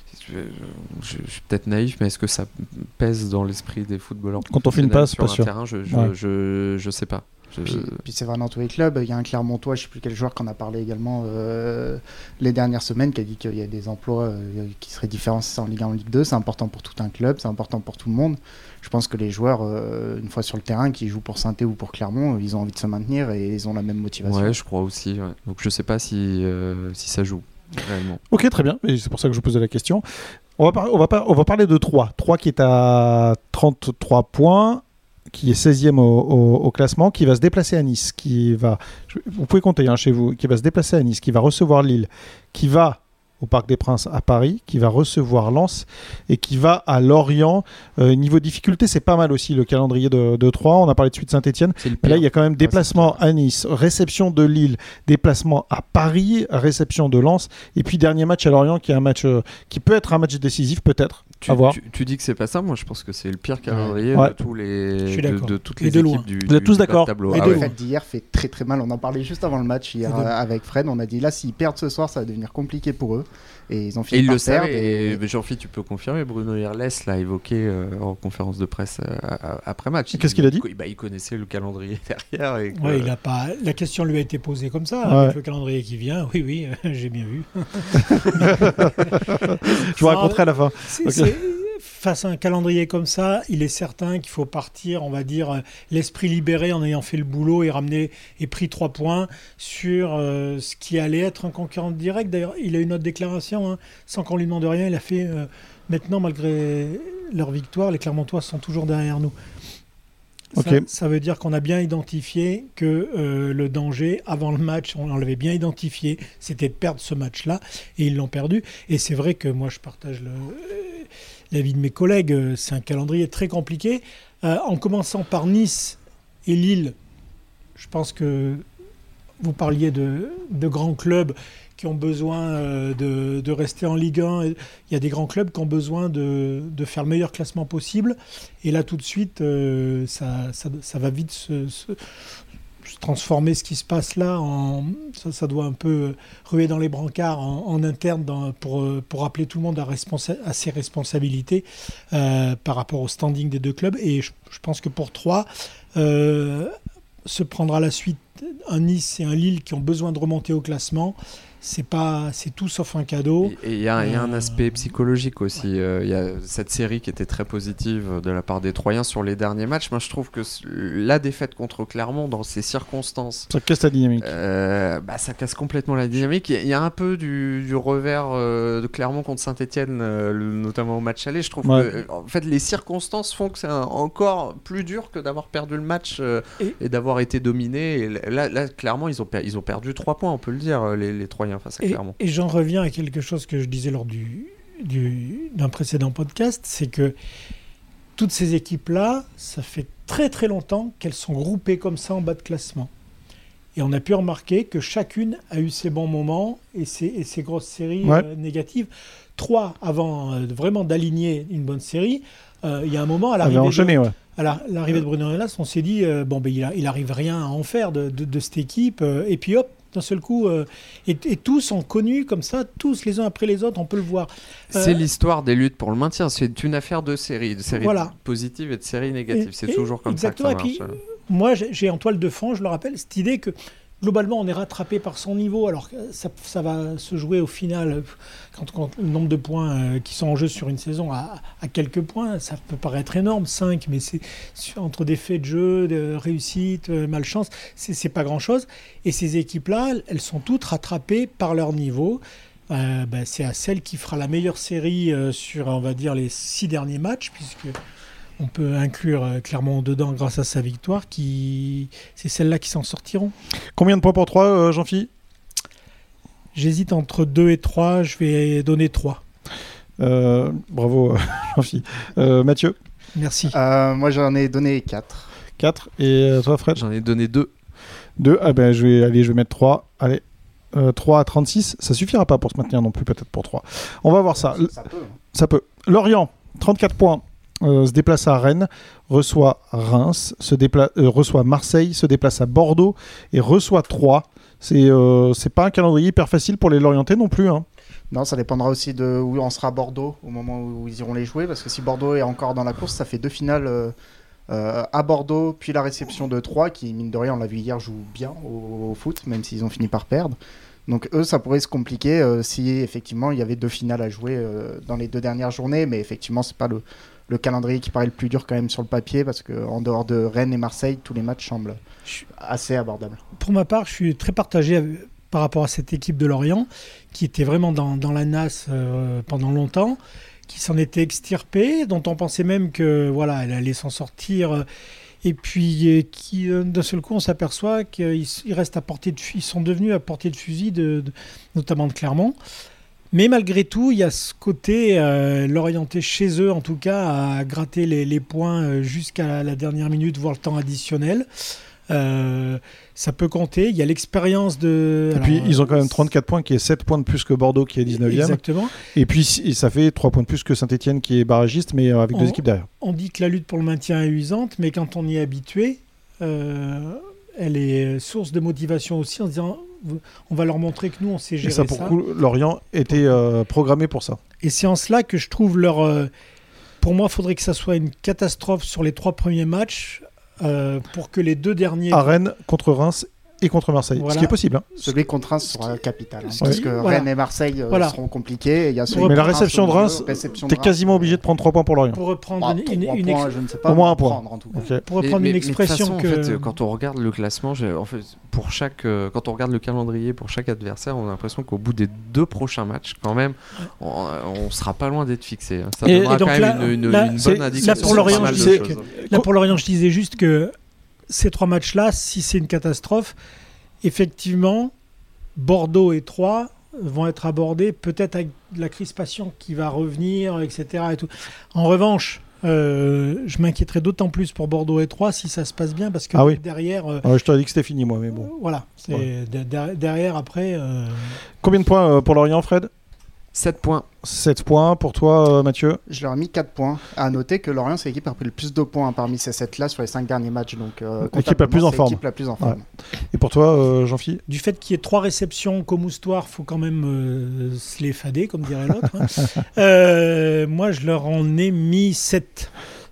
Je suis peut-être naïf, mais est-ce que ça pèse dans l'esprit des footballeurs quand on fait une passe, pas sûr. Terrain, je sais pas. Puis c'est vrai dans tous les clubs. Il y a un Clermontois, je ne sais plus quel joueur, qui en a parlé également les dernières semaines, qui a dit qu'il y a des emplois qui seraient différents en Ligue 1 en Ligue 2. C'est important pour tout un club, c'est important pour tout le monde. Je pense que les joueurs, une fois sur le terrain, qui jouent pour Saint-Étienne ou pour Clermont, ils ont envie de se maintenir et ils ont la même motivation. Ouais, je crois aussi. Ouais. Donc je ne sais pas si ça joue réellement. Ok, très bien. Et c'est pour ça que je posais la question. On va parler de Troyes. Troyes qui est à 33 points. Qui est 16e au classement, qui va se déplacer à Nice, vous pouvez compter chez vous, qui va se déplacer à Nice, qui va recevoir Lille, qui va au Parc des Princes à Paris, qui va recevoir Lens et qui va à Lorient. Niveau difficulté, c'est pas mal aussi le calendrier de Troyes. On a parlé de suite Saint-Etienne. Là, il y a quand même déplacement à Nice, réception de Lille, déplacement à Paris, réception de Lens, et puis dernier match à Lorient qui est un match qui peut être un match décisif, peut-être. Tu dis que c'est pas ça, moi je pense que c'est le pire calendrier de toutes les équipes du Vous êtes tous d'accord. tableau. Le fait d'hier fait très très mal. On en parlait juste avant le match hier avec Fred. On a dit là, s'ils perdent ce soir, ça va devenir compliqué pour eux. Et ils ont fini par perdre. Et Jean-Philippe, tu peux confirmer, Bruno Irles l'a évoqué en conférence de presse après match. Qu'est-ce qu'il a dit ? Il connaissait le calendrier derrière. Il a pas... La question lui a été posée comme ça, avec le calendrier qui vient. Oui, j'ai bien vu. Je vous raconterai à la fin. Face à un calendrier comme ça, il est certain qu'il faut partir, on va dire, l'esprit libéré en ayant fait le boulot et pris 3 points sur ce qui allait être un concurrent direct. D'ailleurs, il a eu une autre déclaration, sans qu'on lui demande rien. Il a fait, maintenant, malgré leur victoire, les Clermontois sont toujours derrière nous. Ça veut dire qu'on a bien identifié que le danger, avant le match, on l'avait bien identifié, c'était de perdre ce match-là, et ils l'ont perdu. Et c'est vrai que moi, je partage l'avis de mes collègues, c'est un calendrier très compliqué. En commençant par Nice et Lille, je pense que vous parliez de grands clubs qui ont besoin de rester en Ligue 1. Il y a des grands clubs qui ont besoin de faire le meilleur classement possible. Et là, tout de suite, ça va vite se transformer, ce qui se passe là. Ça doit un peu ruer dans les brancards en interne pour rappeler tout le monde à ses responsabilités par rapport au standing des deux clubs. Et je pense que pour Troyes, se prendre à la suite un Nice et un Lille qui ont besoin de remonter au classement, c'est tout sauf un cadeau. Et il y a un aspect psychologique aussi. Il y a cette série qui était très positive de la part des Troyens sur les derniers matchs. Moi, je trouve que la défaite contre Clermont, dans ces circonstances, ça casse la dynamique. Ça casse complètement la dynamique. Il y a un peu du revers de Clermont contre Saint-Etienne, notamment au match aller. Je trouve que en fait, les circonstances font que c'est encore plus dur que d'avoir perdu le match et d'avoir été dominé. Et là, clairement, ils ont perdu 3 points, on peut le dire, les Troyens. Et j'en reviens à quelque chose que je disais lors d'un précédent podcast, c'est que toutes ces équipes-là, ça fait très très longtemps qu'elles sont groupées comme ça en bas de classement. Et on a pu remarquer que chacune a eu ses bons moments et ses grosses séries négatives. Troyes, avant vraiment d'aligner une bonne série, il y a un moment à l'arrivée de Bruno Irles, on s'est dit il arrive rien à en faire de cette équipe, et puis hop, d'un seul coup. Et tous sont connus comme ça, tous les uns après les autres, on peut le voir. C'est l'histoire des luttes pour le maintien. C'est une affaire de séries positives et de séries négatives. C'est toujours comme ça que ça marche. Exactement. Moi, j'ai en toile de fond, je le rappelle, cette idée que globalement, on est rattrapé par son niveau. Alors ça va se jouer au final, quand le nombre de points qui sont en jeu sur une saison à quelques points, ça peut paraître énorme, 5, mais c'est entre des faits de jeu, de réussite, malchance, c'est pas grand-chose. Et ces équipes-là, elles sont toutes rattrapées par leur niveau. C'est à celle qui fera la meilleure série sur, on va dire, les 6 derniers matchs, puisque on peut inclure Clermont dedans grâce à sa victoire, c'est celles-là qui s'en sortiront. Combien de points pour 3, Jean-Phi ? J'hésite entre 2 et 3, je vais donner 3. Bravo, Jean-Phi. Mathieu ? Merci. Moi, j'en ai donné 4. 4. Et toi, Fred ? J'en ai donné 2. 2, je vais mettre 3. Allez. 3 à 36, ça suffira pas pour se maintenir non plus, peut-être pour 3. On va voir ça. Ça peut. Lorient, 34 points. Se déplace à Rennes, reçoit Reims, reçoit Marseille, se déplace à Bordeaux et reçoit Troyes. C'est pas un calendrier hyper facile pour les Lorientais non plus. Hein. Non, ça dépendra aussi de où en sera Bordeaux au moment où ils iront les jouer, parce que si Bordeaux est encore dans la course, ça fait 2 finales à Bordeaux, puis la réception de Troyes, qui mine de rien, on l'a vu hier, joue bien au foot, même s'ils ont fini par perdre. Donc eux, ça pourrait se compliquer si effectivement il y avait 2 finales à jouer dans les 2 dernières journées, mais effectivement c'est pas le calendrier qui paraît le plus dur quand même sur le papier, parce qu'en dehors de Rennes et Marseille, tous les matchs semblent assez abordables. Pour ma part, je suis très partagé par rapport à cette équipe de Lorient, qui était vraiment dans la nasse pendant longtemps, qui s'en était extirpée, dont on pensait même que voilà, elle allait s'en sortir, et puis qui d'un seul coup on s'aperçoit qu'ils restent ils sont devenus à portée de fusil, notamment de Clermont. Mais malgré tout, il y a ce côté l'orienter chez eux, en tout cas, à gratter les points jusqu'à la dernière minute, voire le temps additionnel. Ça peut compter. Il y a l'expérience de... Et puis, ils ont quand même 34 points, qui est 7 points de plus que Bordeaux, qui est 19e. Exactement. Et puis, ça fait 3 points de plus que Saint-Etienne, qui est barragiste, mais avec 2 équipes derrière. On dit que la lutte pour le maintien est usante, mais quand on y est habitué, elle est source de motivation aussi, en se disant... On va leur montrer que nous, on sait gérer ça. Et ça, pour coup, Lorient était programmé pour ça. Et c'est en cela que je trouve pour moi, il faudrait que ça soit une catastrophe sur les 3 premiers matchs pour que les 2 derniers... À Rennes, contre Reims et contre Marseille, ce qui est possible. Hein. Celui contre Reims sera capital, parce que Rennes et Marseille seront compliqués. Et il y a mais la réception de Reims, t'es quasiment obligé de prendre 3 points pour Lorient. Pour reprendre au moins un point. Pour reprendre une expression que... En fait, quand on regarde le classement, quand on regarde le calendrier pour chaque adversaire, on a l'impression qu'au bout des 2 prochains matchs, quand même, on sera pas loin d'être fixé. Ça donnera quand même une bonne indication. Pour Lorient, je disais juste que ces 3 matchs-là, si c'est une catastrophe, effectivement, Bordeaux et Troyes vont être abordés, peut-être avec de la crispation qui va revenir, etc. Et tout. En revanche, je m'inquiéterais d'autant plus pour Bordeaux et Troyes si ça se passe bien, parce que derrière... je t'aurais dit que c'était fini, moi, mais bon. Voilà, derrière, après... Combien de points pour Lorient, Fred ? 7 points. 7 points pour toi, Mathieu. Je leur ai mis 4 points. À noter que Lorient, c'est l'équipe qui a pris le plus de points parmi ces 7-là sur les 5 derniers matchs. Donc, l'équipe la plus en forme. Ouais. Et pour toi, Jean-Philippe ? Du fait qu'il y ait 3 réceptions qu'au moustoir, il faut quand même se les fader, comme dirait l'autre. Moi, je leur en ai mis 7.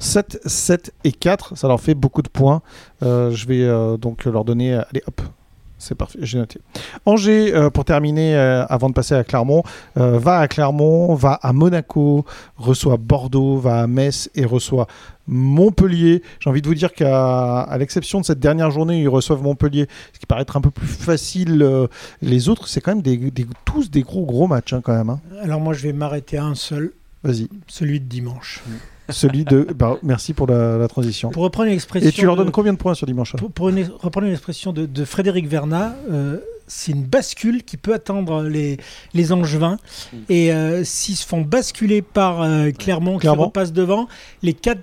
7 et 4, ça leur fait beaucoup de points. Je vais donc leur donner... Allez, hop. C'est parfait, j'ai noté. Angers, pour terminer, avant de passer à Clermont, va à Clermont, va à Monaco, reçoit Bordeaux, va à Metz et reçoit Montpellier. J'ai envie de vous dire qu'à l'exception de cette dernière journée, ils reçoivent Montpellier, ce qui paraît être un peu plus facile. Les autres, c'est quand même tous des gros matchs quand même. Hein. Alors moi, je vais m'arrêter à un seul. Vas-y. Celui de dimanche. Celui de... merci pour la transition. Pour reprendre une expression... Et tu leur donnes combien de points sur dimanche ? Pour reprendre une expression de Frédéric Vernat, c'est une bascule qui peut attendre les Angevins. Et s'ils se font basculer par Clermont qui repasse devant, les 4...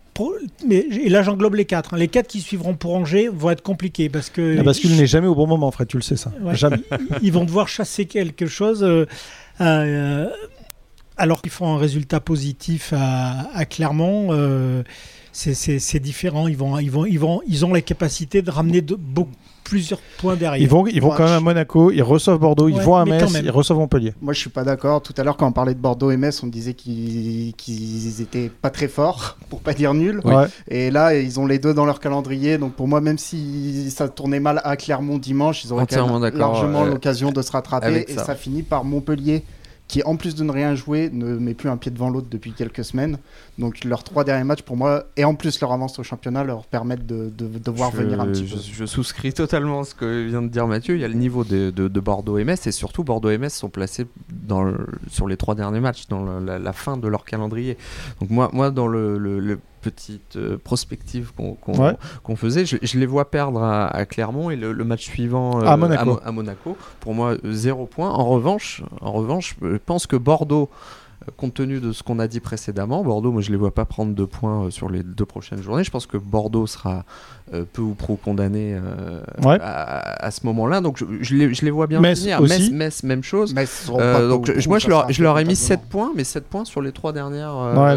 et là j'englobe les 4. Les 4 qui suivront pour Angers vont être compliqués. Parce que la bascule n'est jamais au bon moment, Fred, tu le sais ça. Ouais, jamais. Ils vont devoir chasser quelque chose... à alors qu'ils font un résultat positif à Clermont, c'est différent. Ils ont la capacité de ramener plusieurs points derrière. Ils vont quand même à Monaco, ils reçoivent Bordeaux, ils vont à Metz, ils reçoivent Montpellier. Moi, je suis pas d'accord. Tout à l'heure, quand on parlait de Bordeaux et Metz, on disait qu'ils étaient pas très forts, pour pas dire nuls. Ouais. Et là, ils ont les deux dans leur calendrier. Donc pour moi, même si ça tournait mal à Clermont dimanche, ils auraient quand même largement l'occasion de se rattraper. Et ça finit par Montpellier, qui en plus de ne rien jouer, ne met plus un pied devant l'autre depuis quelques semaines. Donc leurs 3 derniers matchs pour moi, et en plus leur avance au championnat, leur permettent de voir venir un petit peu. Je souscris totalement à ce que vient de dire Mathieu. Il y a le niveau de Bordeaux et Metz, et surtout Bordeaux et Metz sont placés sur les 3 derniers matchs, dans la fin de leur calendrier. Donc moi dans le petite prospective qu'on faisait, je les vois perdre à Clermont, et le match suivant à Monaco. Pour moi, 0 points. En revanche, je pense que Bordeaux, compte tenu de ce qu'on a dit précédemment, Bordeaux, moi je les vois pas prendre 2 points sur les 2 prochaines journées. Je pense que Bordeaux sera peu ou prou condamné à ce moment-là. Donc je les vois bien finir. Metz, même chose. Donc moi je leur ai mis 7 points, mais 7 points sur les 3 dernières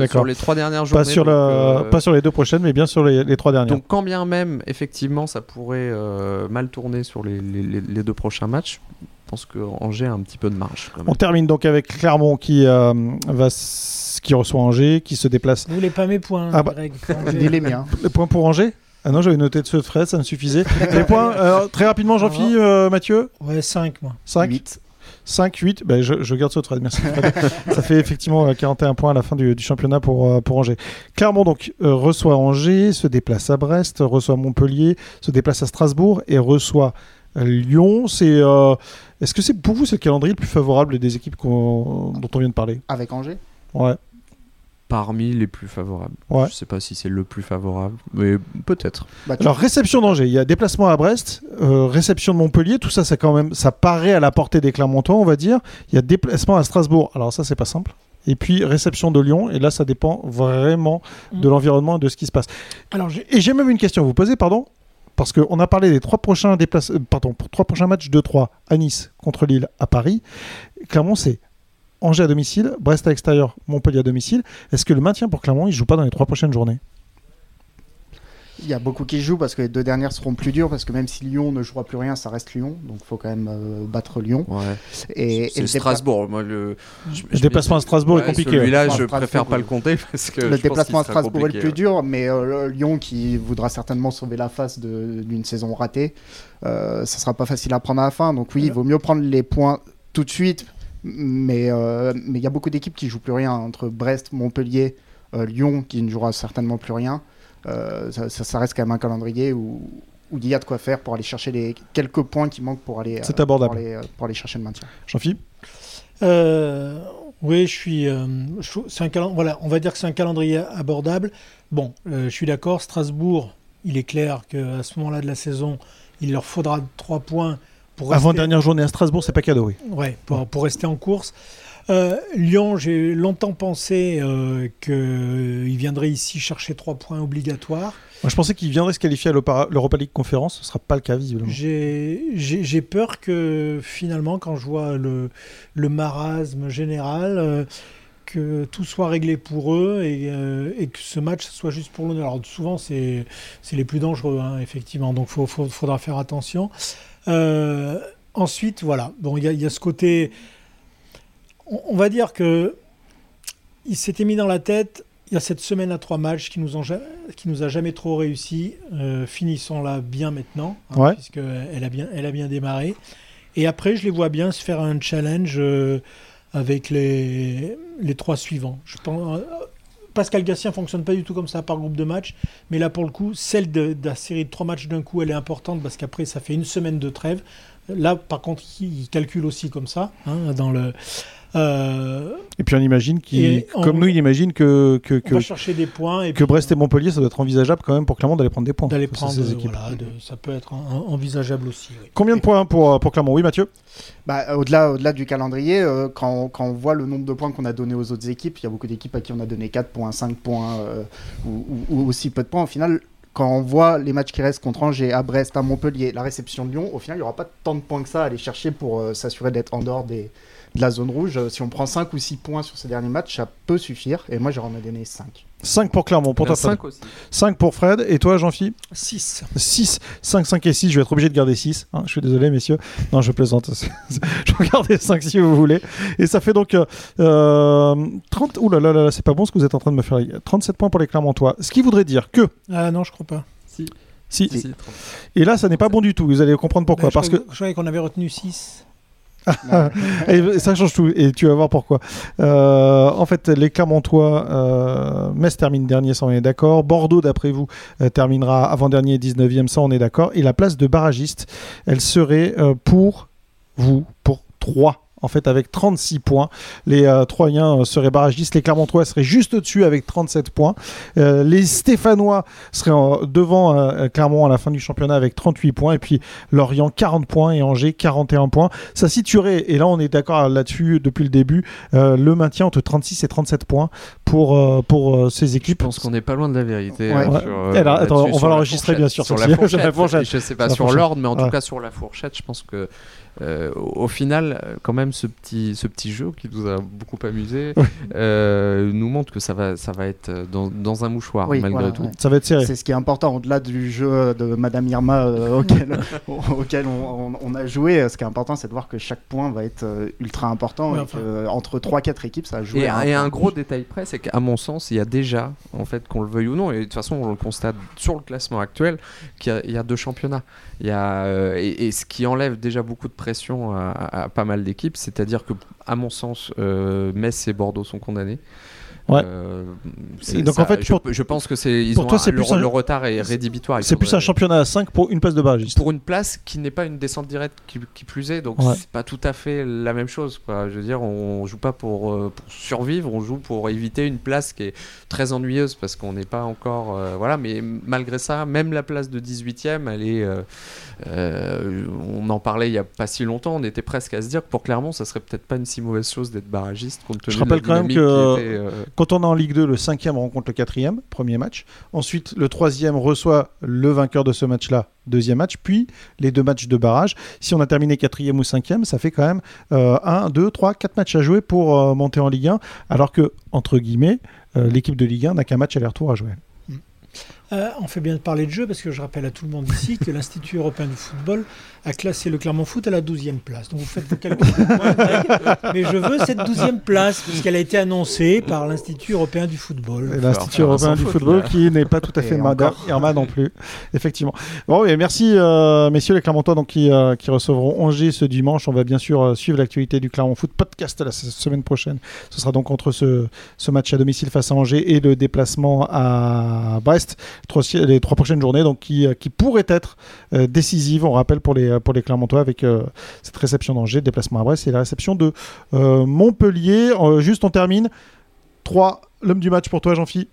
journées. Pas sur les 2 prochaines, mais bien sur les 3 dernières. Donc quand bien même, effectivement, ça pourrait mal tourner sur les 2 prochains matchs, je pense que Angers a un petit peu de marge. Quand même. On termine donc avec Clermont qui reçoit Angers, qui se déplace. Vous voulez pas mes points, Greg? Dis les miens. Les points pour Angers? Ah non, j'avais noté de ceux de Fred, ça me suffisait. Les points, très rapidement, Jean-Philippe, Mathieu? Ouais, 5 moi. 5 8. 5, 8, ben je garde ceux de Fred, merci Fred. Ça fait effectivement 41 points à la fin du championnat pour Angers. Clermont donc reçoit Angers, se déplace à Brest, reçoit Montpellier, se déplace à Strasbourg et reçoit Lyon. Est-ce que c'est pour vous c'est le calendrier le plus favorable des équipes dont on vient de parler? Avec Angers? Ouais. Parmi les plus favorables. Ouais. Je sais pas si c'est le plus favorable, mais peut-être. Alors réception d'Angers, il y a déplacement à Brest, réception de Montpellier, tout ça c'est quand même, ça paraît à la portée des Clermontois, on va dire. Il y a déplacement à Strasbourg, alors ça c'est pas simple. Et puis réception de Lyon, et là ça dépend vraiment de l'environnement et de ce qui se passe. Alors j'ai même une question à vous poser, pardon. Parce qu'on a parlé des 3 prochains matchs de 3 à Nice, contre Lille, à Paris. Clermont, c'est Angers à domicile, Brest à l'extérieur, Montpellier à domicile. Est-ce que le maintien pour Clermont, il ne joue pas dans les 3 prochaines journées? Il y a beaucoup qui jouent parce que les 2 dernières seront plus dures, parce que même si Lyon ne jouera plus rien, ça reste Lyon, donc il faut quand même battre Lyon. Ouais. Et Strasbourg, moi le déplacement à Strasbourg est compliqué. Celui-là, je préfère pas le compter parce que le déplacement à Strasbourg est le plus dur, mais Lyon qui voudra certainement sauver la face d'une saison ratée, ça sera pas facile à prendre à la fin. Donc oui, il vaut mieux prendre les points tout de suite, mais il y a beaucoup d'équipes qui jouent plus rien entre Brest, Montpellier, Lyon qui ne jouera certainement plus rien. Ça reste quand même un calendrier où il y a de quoi faire pour aller chercher les quelques points qui manquent pour aller, c'est abordable. Pour aller chercher le maintien. Jean-Philippe? Oui, voilà, on va dire que c'est un calendrier abordable. Bon, je suis d'accord, Strasbourg, il est clair qu'à ce moment-là de la saison, il leur faudra 3 points pour rester... Avant-dernière journée à Strasbourg, c'est pas cadeau, oui. Ouais, pour rester en course. Lyon, j'ai longtemps pensé qu'il viendrait ici chercher 3 points obligatoires. Moi, je pensais qu'il viendrait se qualifier à l'Europa League Conférence. Ce ne sera pas le cas, visiblement. J'ai peur que, finalement, quand je vois le marasme général, que tout soit réglé pour eux et que ce match soit juste pour l'honneur. Alors, souvent, c'est les plus dangereux, hein, effectivement. Donc, il faudra faire attention. Ensuite, voilà. Bon, il y a ce côté... On va dire que il s'était mis dans la tête, il y a cette semaine à 3 matchs qui nous a jamais trop réussi. Finissons-la bien maintenant, hein, puisqu'elle a bien démarré. Et après, je les vois bien se faire un challenge avec les 3 suivants. Je pense, Pascal Gatien ne fonctionne pas du tout comme ça par groupe de matchs, mais là, pour le coup, celle de la série de 3 matchs d'un coup, elle est importante parce qu'après, ça fait une semaine de trêve. Là, par contre, il calcule aussi comme ça, hein, dans le... Et puis on imagine comme nous, il imagine que va chercher des points et que Brest et Montpellier, ça doit être envisageable quand même pour Clermont d'aller prendre des points. D'aller prendre ces équipes. Voilà, ça peut être envisageable aussi. Oui. Combien de points pour Clermont? Oui, Mathieu? Au-delà du calendrier, quand on voit le nombre de points qu'on a donné aux autres équipes, il y a beaucoup d'équipes à qui on a donné 4 points, 5 points ou aussi peu de points. Au final, quand on voit les matchs qui restent contre Angers, à Brest, à Montpellier, la réception de Lyon, au final, il n'y aura pas tant de points que ça à aller chercher pour s'assurer d'être en dehors des de la zone rouge. Si on prend 5 ou 6 points sur ces derniers matchs, ça peut suffire. Et moi, j'aurais donné 5. 5 pour Clermont. Pour toi, 5 aussi. 5 pour Fred. Et toi, Jean-Philippe ? 6. 6. 5, 5 et 6. Je vais être obligé de garder 6. Je suis désolé, messieurs. Non, je plaisante. Je vais garder 5 si vous voulez. Et ça fait donc 30. Ouh là là là, c'est pas bon ce que vous êtes en train de me faire. 37 points pour les Clermontois. Ce qui voudrait dire que. Ah non, je crois pas. Si. Et là, ça n'est pas bon du tout. Vous allez comprendre pourquoi. Parce que je croyais qu'on avait retenu 6. Et ça change tout. Et tu vas voir pourquoi. En fait, les Clermontois, Metz termine dernier, ça on est d'accord. Bordeaux, d'après vous, terminera avant-dernier, 19e, ça on est d'accord. Et la place de barragiste, elle serait pour vous, pour 3. En fait, avec 36 points, les Troyens seraient barragistes, les Clermontois seraient juste au-dessus avec 37 points. Les Stéphanois seraient devant Clermont à la fin du championnat avec 38 points. Et puis Lorient, 40 points et Angers, 41 points. Ça situerait, et là on est d'accord là-dessus depuis le début, le maintien entre 36 et 37 points pour ces équipes. Je pense qu'on n'est pas loin de la vérité. Ouais. Alors, attends, on va l'enregistrer bien sûr. Sur la fourchette, je ne sais pas sur l'ordre, mais en tout cas sur la fourchette, je pense que au final, quand même, ce petit jeu qui nous a beaucoup amusé nous montre que ça va être dans un mouchoir malgré tout. Ça va être serré. C'est ce qui est important au-delà du jeu de Madame Irma auquel on a joué. Ce qui est important, c'est de voir que chaque point va être ultra important. Entre 3-4 équipes, ça a joué. Et un gros détail près, c'est qu'à mon sens, il y a déjà, en fait, qu'on le veuille ou non, et de toute façon, on le constate sur le classement actuel, qu'il y a 2 championnats. Il y a, et ce qui enlève déjà beaucoup de pression à pas mal d'équipes, c'est-à-dire que, à mon sens, Metz et Bordeaux sont condamnés. Ouais. Donc ça, en fait, je pense que le retard est rédhibitoire. C'est plus un championnat à 5 pour une place de barragiste. Pour une place qui n'est pas une descente directe qui plus est, donc c'est pas tout à fait la même chose, quoi. Je veux dire, on joue pas pour survivre, on joue pour éviter une place qui est très ennuyeuse parce qu'on n'est pas encore voilà. Mais malgré ça, même la place de 18e, elle est on en parlait il y a pas si longtemps, on était presque à se dire que pour Clermont, ça serait peut-être pas une si mauvaise chose d'être barragiste compte tenu de la dynamique. Je rappelle quand même que quand on est en Ligue 2, le 5e rencontre le 4e, premier match. Ensuite, le 3e reçoit le vainqueur de ce match-là, deuxième match. Puis, les 2 matchs de barrage. Si on a terminé 4e ou 5e, ça fait quand même 1, 2, 3, 4 matchs à jouer pour monter en Ligue 1. Alors que, entre guillemets, l'équipe de Ligue 1 n'a qu'un match aller-retour à jouer. On fait bien de parler de jeu parce que je rappelle à tout le monde ici que l'Institut européen du football a classé le Clermont Foot à la 12e place. Donc vous faites vos calculs, mais je veux cette 12e place puisqu'elle a été annoncée par l'Institut européen du football. Et l'Institut européen du football qui n'est pas tout à fait Irma non plus, effectivement. Bon, et merci messieurs les Clermontois donc, qui recevront Angers ce dimanche. On va bien sûr suivre l'actualité du Clermont Foot podcast la semaine prochaine. Ce sera donc entre ce match à domicile face à Angers et le déplacement à Brest. Les 3 prochaines journées donc, qui pourraient être décisives, on rappelle, pour les Clermontois avec cette réception d'Angers, déplacement à Brest et la réception de Montpellier. Juste, on termine. 3, l'homme du match pour toi, Jean-Phi.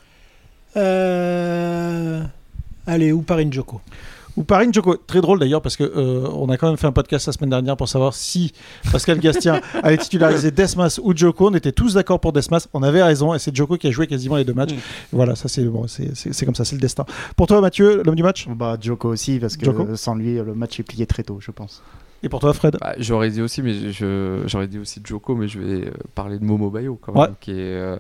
Allez, Ouparine Djoko. Ouparine Djoko, très drôle d'ailleurs parce que on a quand même fait un podcast la semaine dernière pour savoir si Pascal Gastien allait titulariser Desmas ou Djoko. On était tous d'accord pour Desmas, on avait raison et c'est Djoko qui a joué quasiment les 2 matchs. Voilà, ça c'est comme ça, c'est le destin. Pour toi Mathieu, l'homme du match ? Djoko aussi parce que sans lui le match est plié très tôt, je pense. Et pour toi, Fred ? J'aurais dit aussi, mais j'aurais dit aussi Djoko, mais je vais parler de Momo Bayo quand même, qui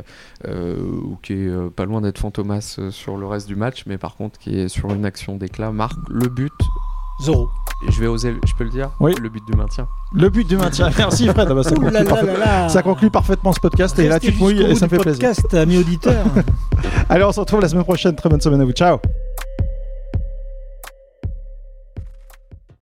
est pas loin d'être fantomas sur le reste du match, mais par contre qui est sur une action d'éclat, marque le but. Zoro. Et je vais oser, je peux le dire ? Oui. Le but du maintien. Le but du maintien. Merci Fred. Ça conclut parfaitement ce podcast. Et là tu te mouilles et ça me fait plaisir. Podcast, amis auditeurs. Allez, on se retrouve la semaine prochaine. Très bonne semaine à vous. Ciao.